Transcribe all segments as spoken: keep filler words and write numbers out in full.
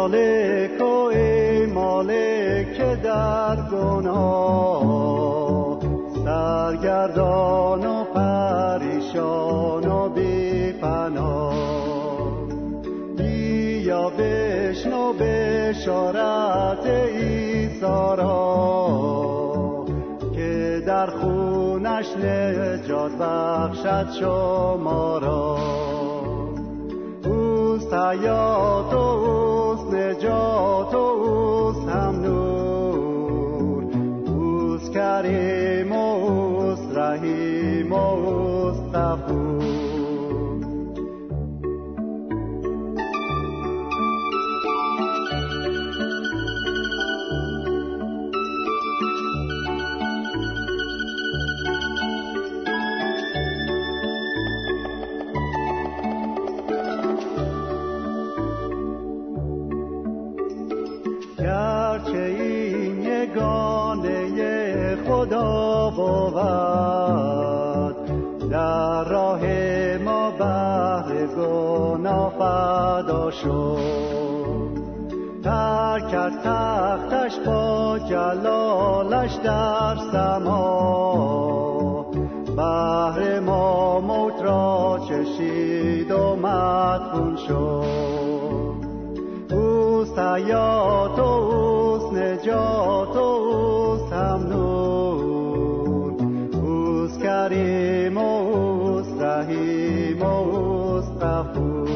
مالک و ای مالک در گناه، سرگردان و پریشان و بی پناه. بیا بشنو بشارت عیسی را که در خونش نجات بخشد شما را. اوست حیات و اوست نجات و اوست هم نور، اوست کریم و اوست رحیم و اوست غفور. خدا بود در راه ما بهر گناه فدا شد، ترک کرد تختش با جلالش در سما، بهر ما موت را چشید و مدفون شد. اوست حیات و اوست نجات و اوست هم نور، اوست کریم و اوست رحیم و اوست غفور.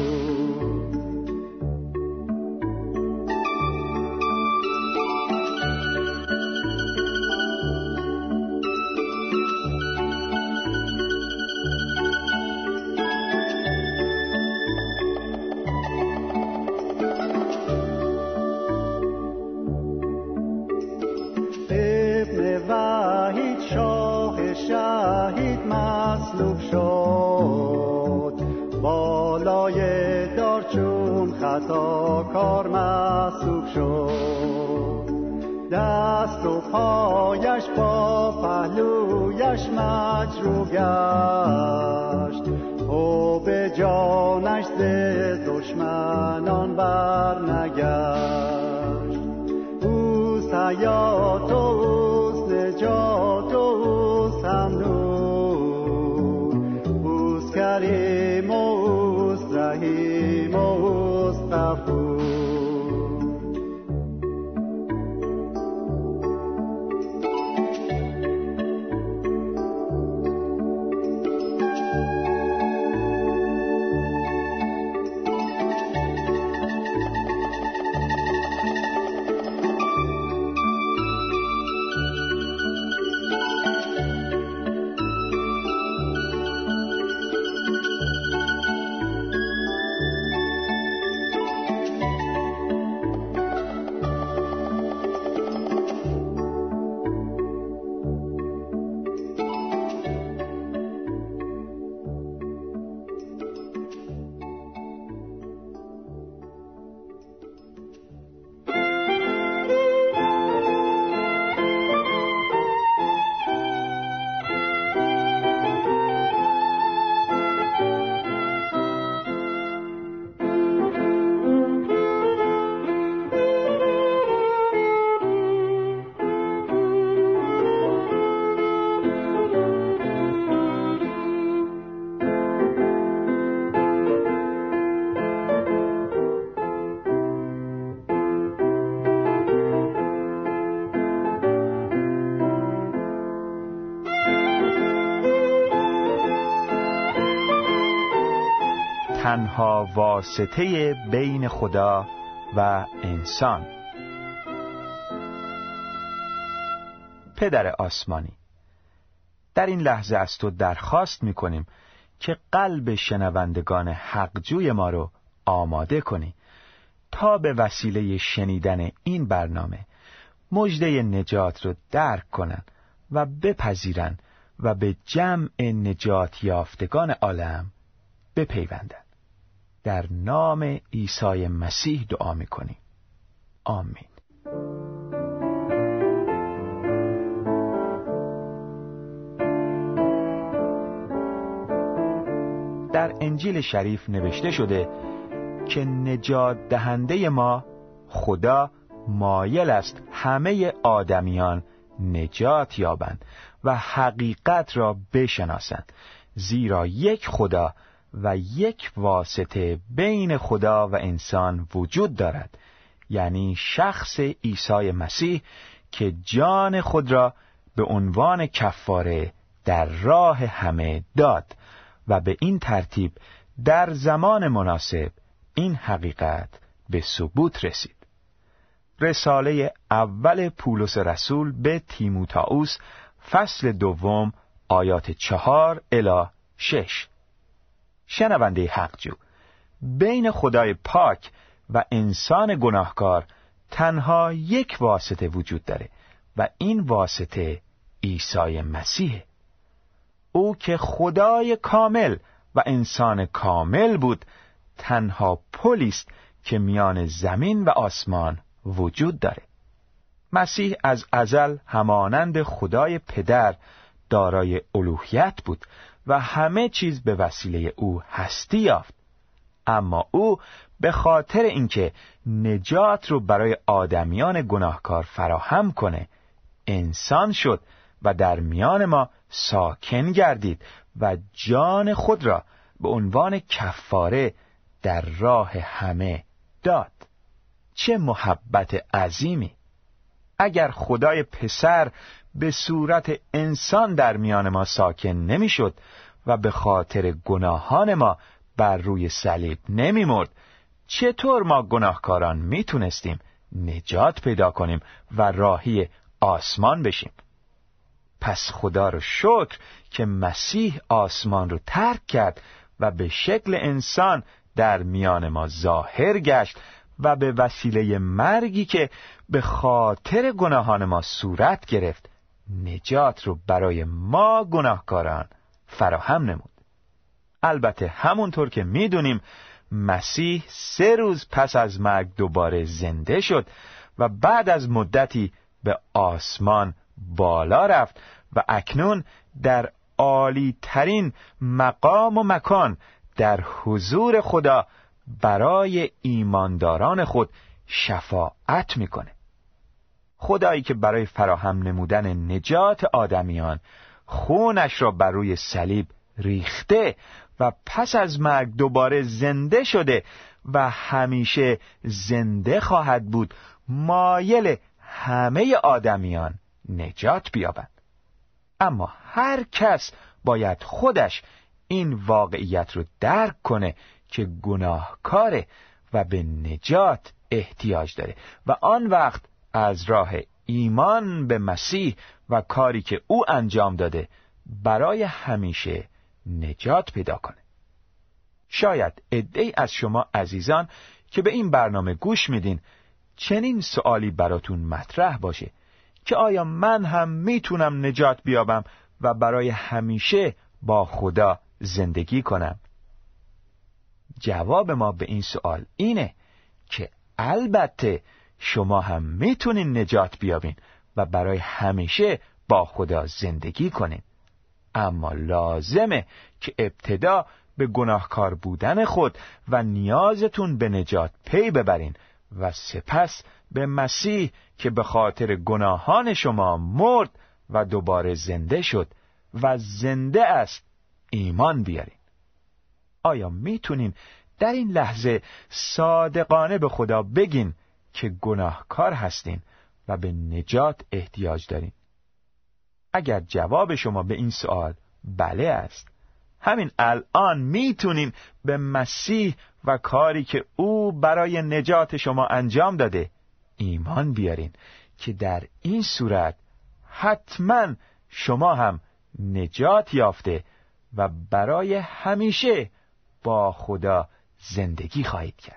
شهید مصلوب شد، بالای دار چون خطا کار مصلوب شد. دست و پایش با پهلویش مجروح گشت، او به جانش ز دشمنان بر نگشت. اوست حیات و اوست نجات و اوست هم نور، اوست کریم و اوست رحیم و اوست غفور. تنها واسطه بین خدا و انسان. پدر آسمانی، در این لحظه از تو درخواست می‌کنیم که قلب شنوندگان حقجوی ما رو آماده کنی تا به وسیله شنیدن این برنامه مژده نجات رو درک کنن و بپذیرن و به جمع نجات یافتگان عالم بپیوندن. در نام عیسی مسیح دعا می‌کنیم. آمین. در انجیل شریف نوشته شده که نجات دهنده ما خدا مایل است همه آدمیان نجات یابند و حقیقت را بشناسند، زیرا یک خدا و یک واسطه بین خدا و انسان وجود دارد، یعنی شخص عیسی مسیح که جان خود را به عنوان کفاره در راه همه داد و به این ترتیب در زمان مناسب این حقیقت به ثبوت رسید. رساله اول پولس رسول به تیموتائوس فصل دوم آیات چهار الی شش. شنونده حقجو، بین خدای پاک و انسان گناهکار تنها یک واسطه وجود داره و این واسطه عیسی مسیحه. او که خدای کامل و انسان کامل بود، تنها پلی است که میان زمین و آسمان وجود داره. مسیح از ازل همانند خدای پدر دارای الوهیت بود و همه چیز به وسیله او هستی یافت. اما او به خاطر اینکه نجات رو برای آدمیان گناهکار فراهم کنه، انسان شد و در میان ما ساکن گردید و جان خود را به عنوان کفاره در راه همه داد. چه محبت عظیمی! اگر خدای پسر به صورت انسان در میان ما ساکن نمیشد و به خاطر گناهان ما بر روی صلیب نمی مرد، چطور ما گناهکاران میتونستیم نجات پیدا کنیم و راهی آسمان بشیم؟ پس خدا رو شکر که مسیح آسمان رو ترک کرد و به شکل انسان در میان ما ظاهر گشت و به وسیله مرگی که به خاطر گناهان ما صورت گرفت، نجات رو برای ما گناهکاران فراهم نمود. البته همونطور که میدونیم مسیح سه روز پس از مرگ دوباره زنده شد و بعد از مدتی به آسمان بالا رفت و اکنون در عالی ترین مقام و مکان در حضور خدا برای ایمانداران خود شفاعت میکنه. خدایی که برای فراهم نمودن نجات آدمیان خونش را بر روی صلیب ریخته و پس از مرگ دوباره زنده شده و همیشه زنده خواهد بود، مایل همه آدمیان نجات بیابند. اما هر کس باید خودش این واقعیت رو درک کنه که گناهکاره و به نجات احتیاج داره و آن وقت از راه ایمان به مسیح و کاری که او انجام داده برای همیشه نجات پیدا کنه. شاید عده‌ای از شما عزیزان که به این برنامه گوش میدین چنین سوالی براتون مطرح باشه که آیا من هم میتونم نجات بیابم و برای همیشه با خدا زندگی کنم؟ جواب ما به این سوال اینه که البته شما هم میتونین نجات بیابین و برای همیشه با خدا زندگی کنین، اما لازمه که ابتدا به گناهکار بودن خود و نیازتون به نجات پی ببرین و سپس به مسیح که به خاطر گناهان شما مرد و دوباره زنده شد و زنده است ایمان بیارین. آیا میتونین در این لحظه صادقانه به خدا بگین که گناهکار هستین و به نجات احتیاج دارین؟ اگر جواب شما به این سوال بله است، همین الان میتونین به مسیح و کاری که او برای نجات شما انجام داده ایمان بیارین که در این صورت حتما شما هم نجات یافته و برای همیشه با خدا زندگی خواهید کرد.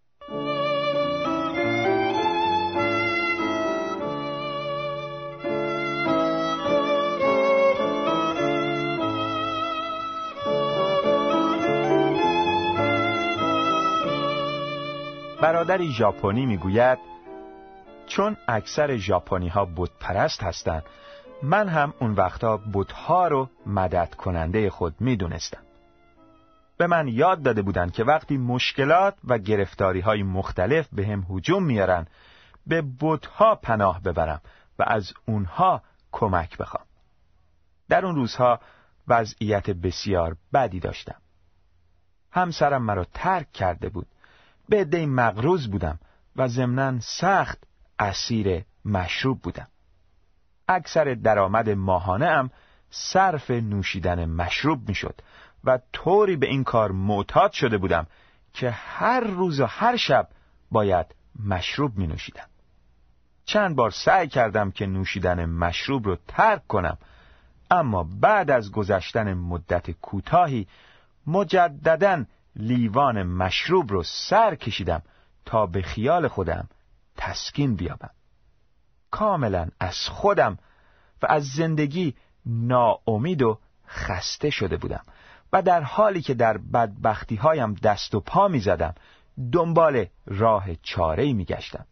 برادری ژاپنی میگوید چون اکثر ژاپنی ها بت پرست هستند، من هم اون وقتا بت‌ها رو مدد کننده خود میدونستم. به من یاد داده بودند که وقتی مشکلات و گرفتاری‌های مختلف به هم هجوم میارن، به بت‌ها پناه ببرم و از اونها کمک بخوام. در اون روزها وضعیت بسیار بدی داشتم. همسرم مرا ترک کرده بود. به عده‌ای مغروض بودم و ضمناً سخت اسیر مشروب بودم. اکثر درآمد ماهانه ام صرف نوشیدن مشروب میشد و طوری به این کار معتاد شده بودم که هر روز و هر شب باید مشروب می نوشیدم. چند بار سعی کردم که نوشیدن مشروب رو ترک کنم، اما بعد از گذشتن مدت کوتاهی مجدداً لیوان مشروب رو سر کشیدم تا به خیال خودم تسکین بیابم. کاملا از خودم و از زندگی ناامید و خسته شده بودم و در حالی که در بدبختی هایم دست و پا می زدم دنبال راه چاره‌ای می گشتم.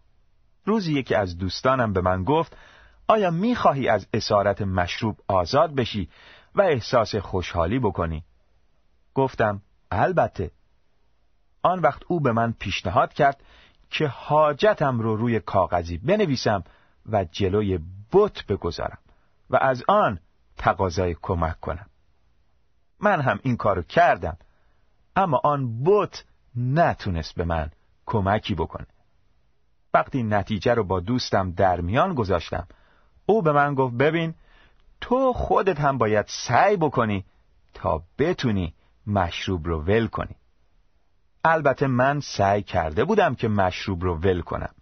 روزی یکی از دوستانم به من گفت آیا می خواهی از اسارت مشروب آزاد بشی و احساس خوشحالی بکنی؟ گفتم البته. آن وقت او به من پیشنهاد کرد که حاجتم رو روی کاغذی بنویسم و جلوی بت بگذارم و از آن تقاضای کمک کنم. من هم این کارو کردم، اما آن بت نتونست به من کمکی بکنه. وقتی نتیجه رو با دوستم در میان گذاشتم، او به من گفت ببین، تو خودت هم باید سعی بکنی تا بتونی مشروب رو ول کنی. البته من سعی کرده بودم که مشروب رو ول کنم،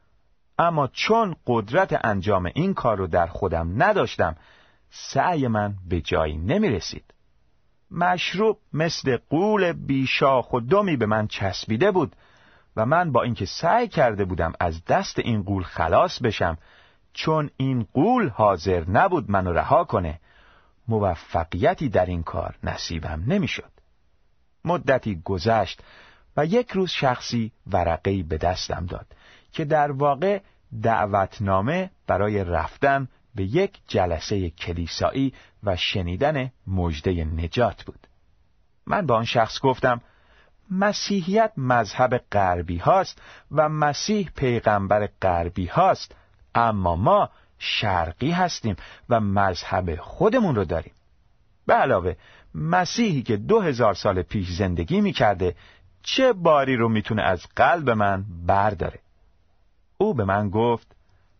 اما چون قدرت انجام این کار رو در خودم نداشتم، سعی من به جایی نمی رسید. مشروب مثل غول بیشاخ و دمی به من چسبیده بود و من با اینکه سعی کرده بودم از دست این غول خلاص بشم، چون این غول حاضر نبود منو رها کنه، موفقیتی در این کار نصیبم نمی شد. مدتی گذشت و یک روز شخصی ورقه‌ای به دستم داد که در واقع دعوتنامه برای رفتن به یک جلسه کلیسایی و شنیدن مژده نجات بود. من با آن شخص گفتم مسیحیت مذهب غربی هاست و مسیح پیغمبر غربی هاست، اما ما شرقی هستیم و مذهب خودمون رو داریم. به علاوه مسیحی که دو هزار سال پیش زندگی می کرده چه باری رو میتونه از قلب من برداره؟ او به من گفت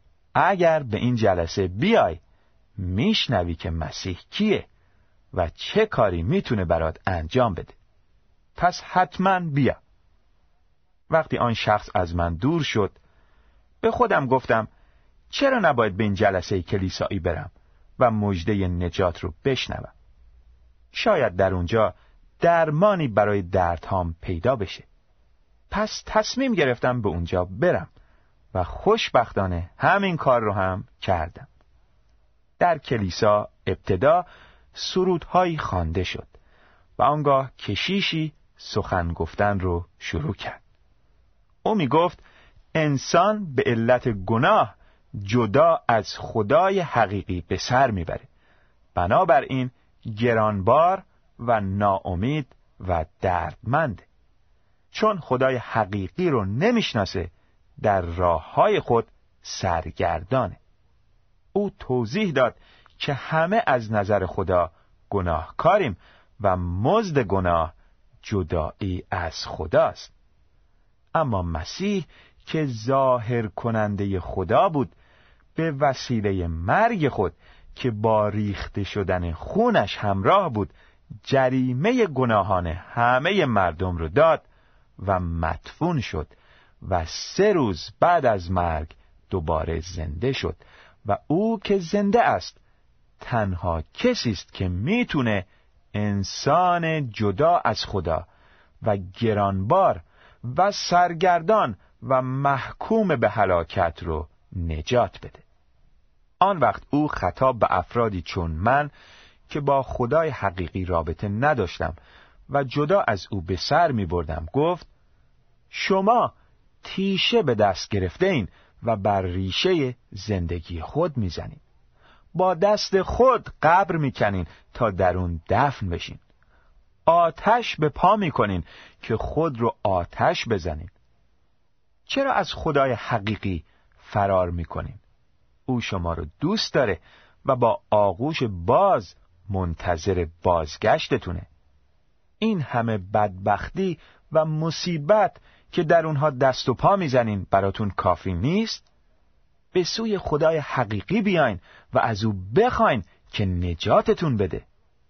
اگر به این جلسه بیای میشنوی که مسیح کیه و چه کاری میتونه برات انجام بده. پس حتما بیا. وقتی آن شخص از من دور شد به خودم گفتم چرا نباید به این جلسه کلیسایی برم و مژده نجات رو بشنوم؟ شاید در اونجا درمانی برای دردهام پیدا بشه. پس تصمیم گرفتم به اونجا برم و خوشبختانه همین کار رو هم کردم. در کلیسا ابتدا سرودهایی خوانده شد و آنگاه کشیشی سخن گفتن رو شروع کرد. او می گفت انسان به علت گناه جدا از خدای حقیقی به سر میبره، بنابراین گرانبار و ناامید و دردمند. چون خدای حقیقی رو نمیشناسه در راههای خود سرگردانه. او توضیح داد که همه از نظر خدا گناهکاریم و مزد گناه جدایی از خداست. اما مسیح که ظاهر کننده خدا بود به وسیله مرگ خود که با ریخته شدن خونش همراه بود جریمه گناهان همه مردم رو داد و مدفون شد و سه روز بعد از مرگ دوباره زنده شد و او که زنده است تنها کسی است که میتونه انسان جدا از خدا و گرانبار و سرگردان و محکوم به هلاکت رو نجات بده. آن وقت او خطاب به افرادی چون من که با خدای حقیقی رابطه نداشتم و جدا از او به سر می بردم گفت شما تیشه به دست گرفته این و بر ریشه زندگی خود می زنین. با دست خود قبر می کنین تا در اون دفن بشین. آتش به پا میکنین که خود رو آتش بزنین؟ چرا از خدای حقیقی فرار میکنین؟ او شما رو دوست داره و با آغوش باز منتظر بازگشتتونه. این همه بدبختی و مصیبت که در اونها دست و پا میزنین براتون کافی نیست؟ به سوی خدای حقیقی بیاین و از او بخواین که نجاتتون بده.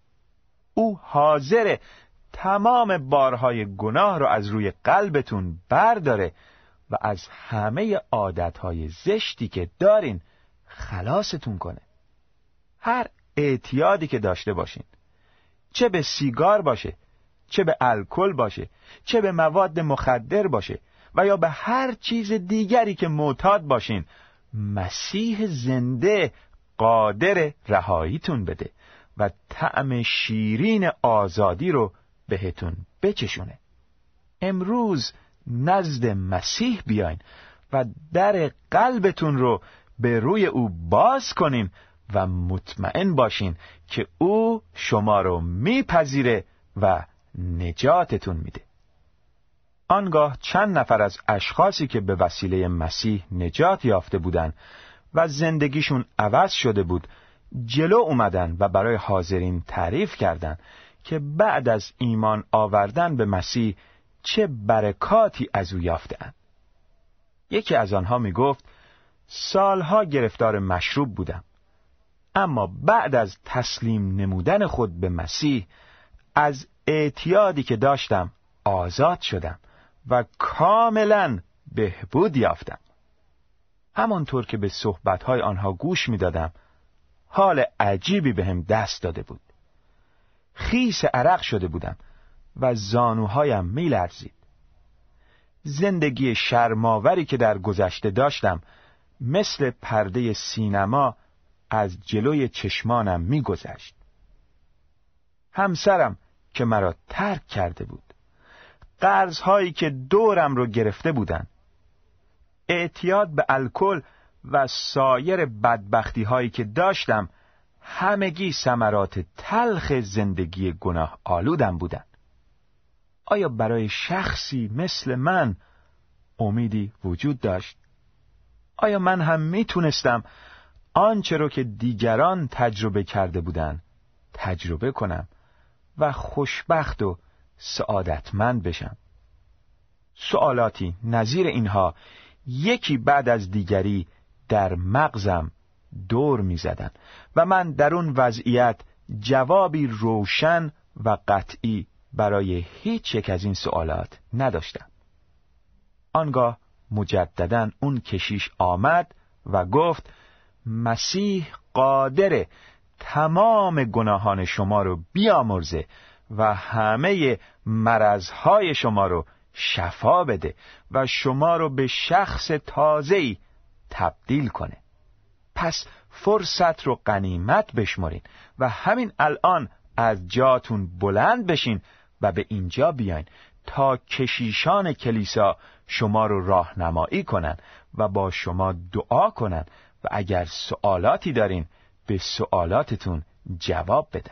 او حاضره تمام بارهای گناه رو از روی قلبتون برداره و از همه عادتهای زشتی که دارین خلاصتون کنه. هر اعتیادی که داشته باشین، چه به سیگار باشه، چه به الکل باشه، چه به مواد مخدر باشه و یا به هر چیز دیگری که معتاد باشین، مسیح زنده قادر رهاییتون بده و طعم شیرین آزادی رو بهتون بچشونه. امروز نزد مسیح بیاین و در قلبتون رو به روی او باز کنین و مطمئن باشین که او شما رو میپذیره و نجاتتون میده. آنگاه چند نفر از اشخاصی که به وسیله مسیح نجات یافته بودند و زندگیشون عوض شده بود جلو اومدن و برای حاضرین تعریف کردند که بعد از ایمان آوردن به مسیح چه برکاتی از او یافته‌اند. یکی از آنها می گفت سالها گرفتار مشروب بودم، اما بعد از تسلیم نمودن خود به مسیح از اعتیادی که داشتم آزاد شدم و کاملا بهبود یافتم. همانطور که به صحبتهای آنها گوش می دادم حال عجیبی بهم دست داده بود. خیس عرق شده بودم و زانوهایم می لرزید. زندگی شرماوری که در گذشته داشتم مثل پرده سینما از جلوی چشمانم می گذشت. همسرم که مرا ترک کرده بود، قرضهایی که دورم رو گرفته بودن، اعتیاد به الکل و سایر بدبختی هایی که داشتم همگی ثمرات تلخ زندگی گناه آلودم بودن. آیا برای شخصی مثل من امیدی وجود داشت؟ آیا من هم میتونستم آنچه رو که دیگران تجربه کرده بودن تجربه کنم و خوشبخت و سعادتمند بشم؟ سوالاتی نظیر اینها یکی بعد از دیگری در مغزم دور می زدن و من در اون وضعیت جوابی روشن و قطعی برای هیچ یک از این سوالات نداشتم. آنگاه مجدداً اون کشیش آمد و گفت مسیح قادر تمام گناهان شما رو بیامرزه و همه مرضهای شما رو شفا بده و شما رو به شخص تازه‌ای تبدیل کنه. پس فرصت رو غنیمت بشمارین و همین الان از جاتون بلند بشین و به اینجا بیاین تا کشیشان کلیسا شما رو راهنمایی کنن و با شما دعا کنن و اگر سوالاتی دارین به سوالاتتون جواب بدن.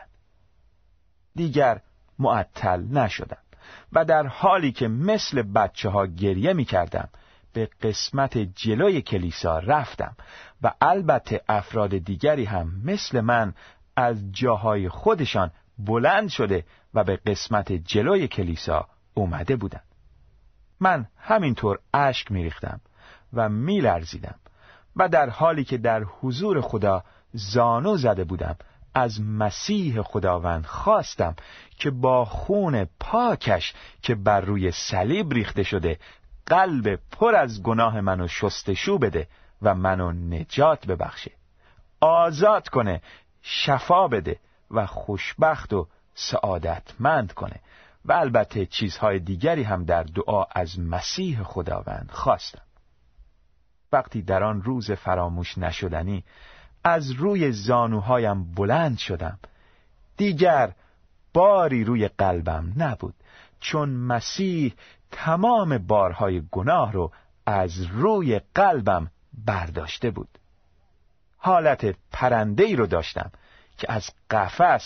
دیگر معطل نشدم و در حالی که مثل بچه ها گریه می کردم به قسمت جلوی کلیسا رفتم و البته افراد دیگری هم مثل من از جاهای خودشان بلند شده و به قسمت جلوی کلیسا اومده بودند. من همینطور اشک می ریختم و می لرزیدم و در حالی که در حضور خدا زانو زده بودم از مسیح خداوند خواستم که با خون پاکش که بر روی صلیب ریخته شده قلب پر از گناه منو شستشو بده و منو نجات ببخشه، آزاد کنه، شفا بده و خوشبخت و سعادتمند کنه و البته چیزهای دیگری هم در دعا از مسیح خداوند خواستم. وقتی در آن روز فراموش نشدنی از روی زانوهایم بلند شدم، دیگر باری روی قلبم نبود، چون مسیح تمام بارهای گناه رو از روی قلبم برداشته بود. حالت پرنده‌ای رو داشتم که از قفس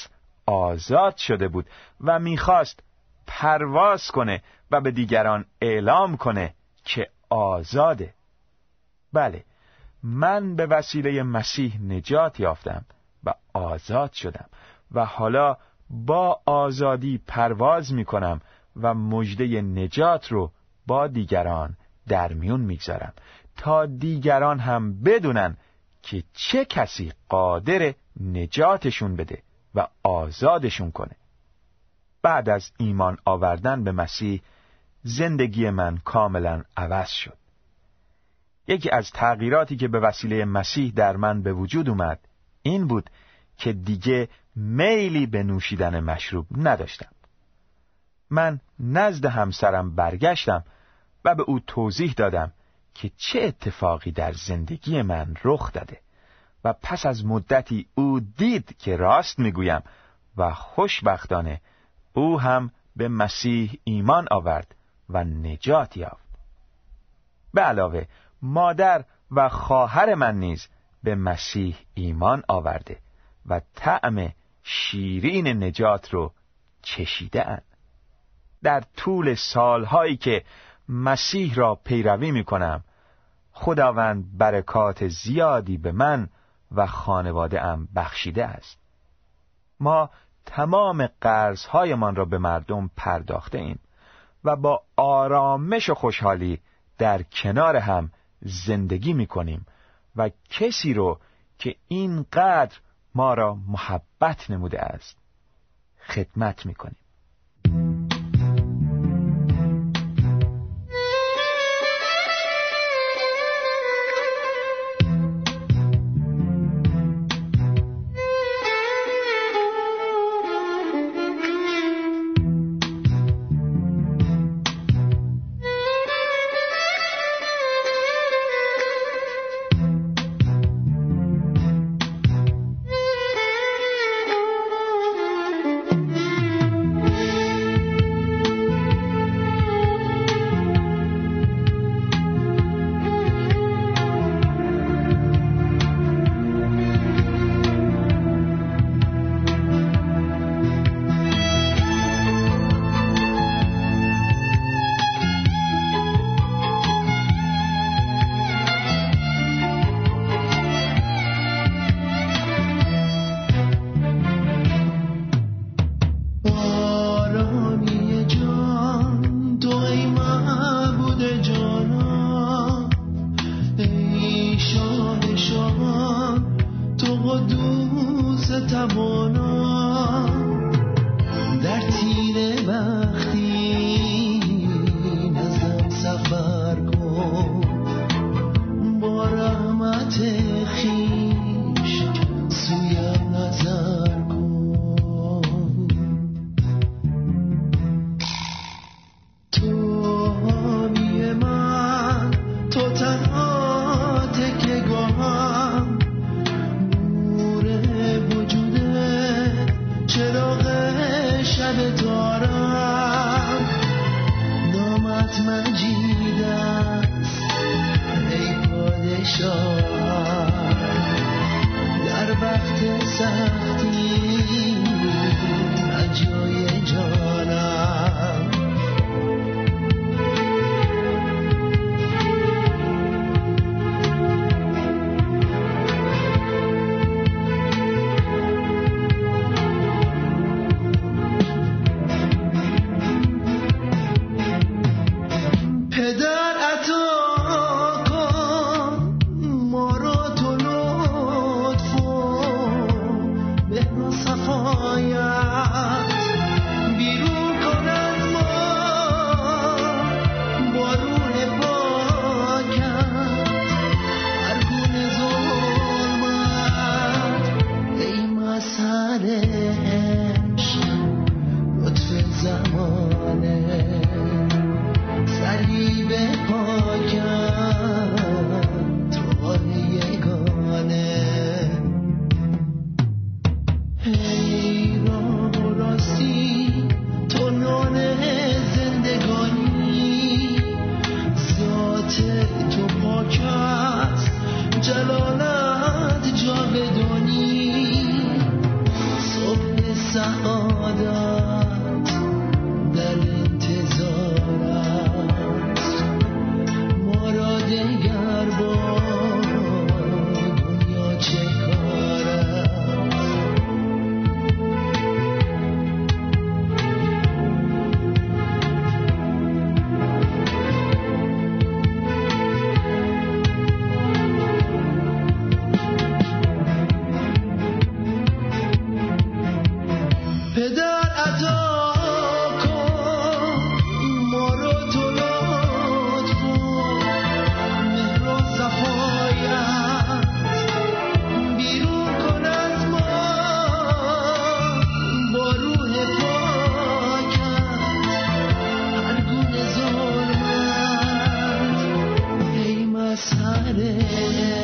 آزاد شده بود و میخواست پرواز کنه و به دیگران اعلام کنه که آزاده. بله، من به وسیله مسیح نجات یافتم و آزاد شدم و حالا با آزادی پرواز میکنم و مژده نجات رو با دیگران در میون میگذارم تا دیگران هم بدونن که چه کسی قادر نجاتشون بده و آزادشون کنه. بعد از ایمان آوردن به مسیح زندگی من کاملا عوض شد. یکی از تغییراتی که به وسیله مسیح در من به وجود اومد این بود که دیگه میلی به نوشیدن مشروب نداشتم. من نزد همسرم برگشتم و به او توضیح دادم که چه اتفاقی در زندگی من رخ داده و پس از مدتی او دید که راست میگویم و خوشبختانه او هم به مسیح ایمان آورد و نجات یافت. به علاوه مادر و خواهر من نیز به مسیح ایمان آورده و طعم شیرین نجات رو چشیده اند. در طول سالهایی که مسیح را پیروی می کنم خداوند برکات زیادی به من و خانواده ام بخشیده است. ما تمام قرضهایمان را به مردم پرداخته ایم و با آرامش و خوشحالی در کنار هم زندگی می کنیم و کسی رو که اینقدر ما را محبت نموده است خدمت می کنیم. بره.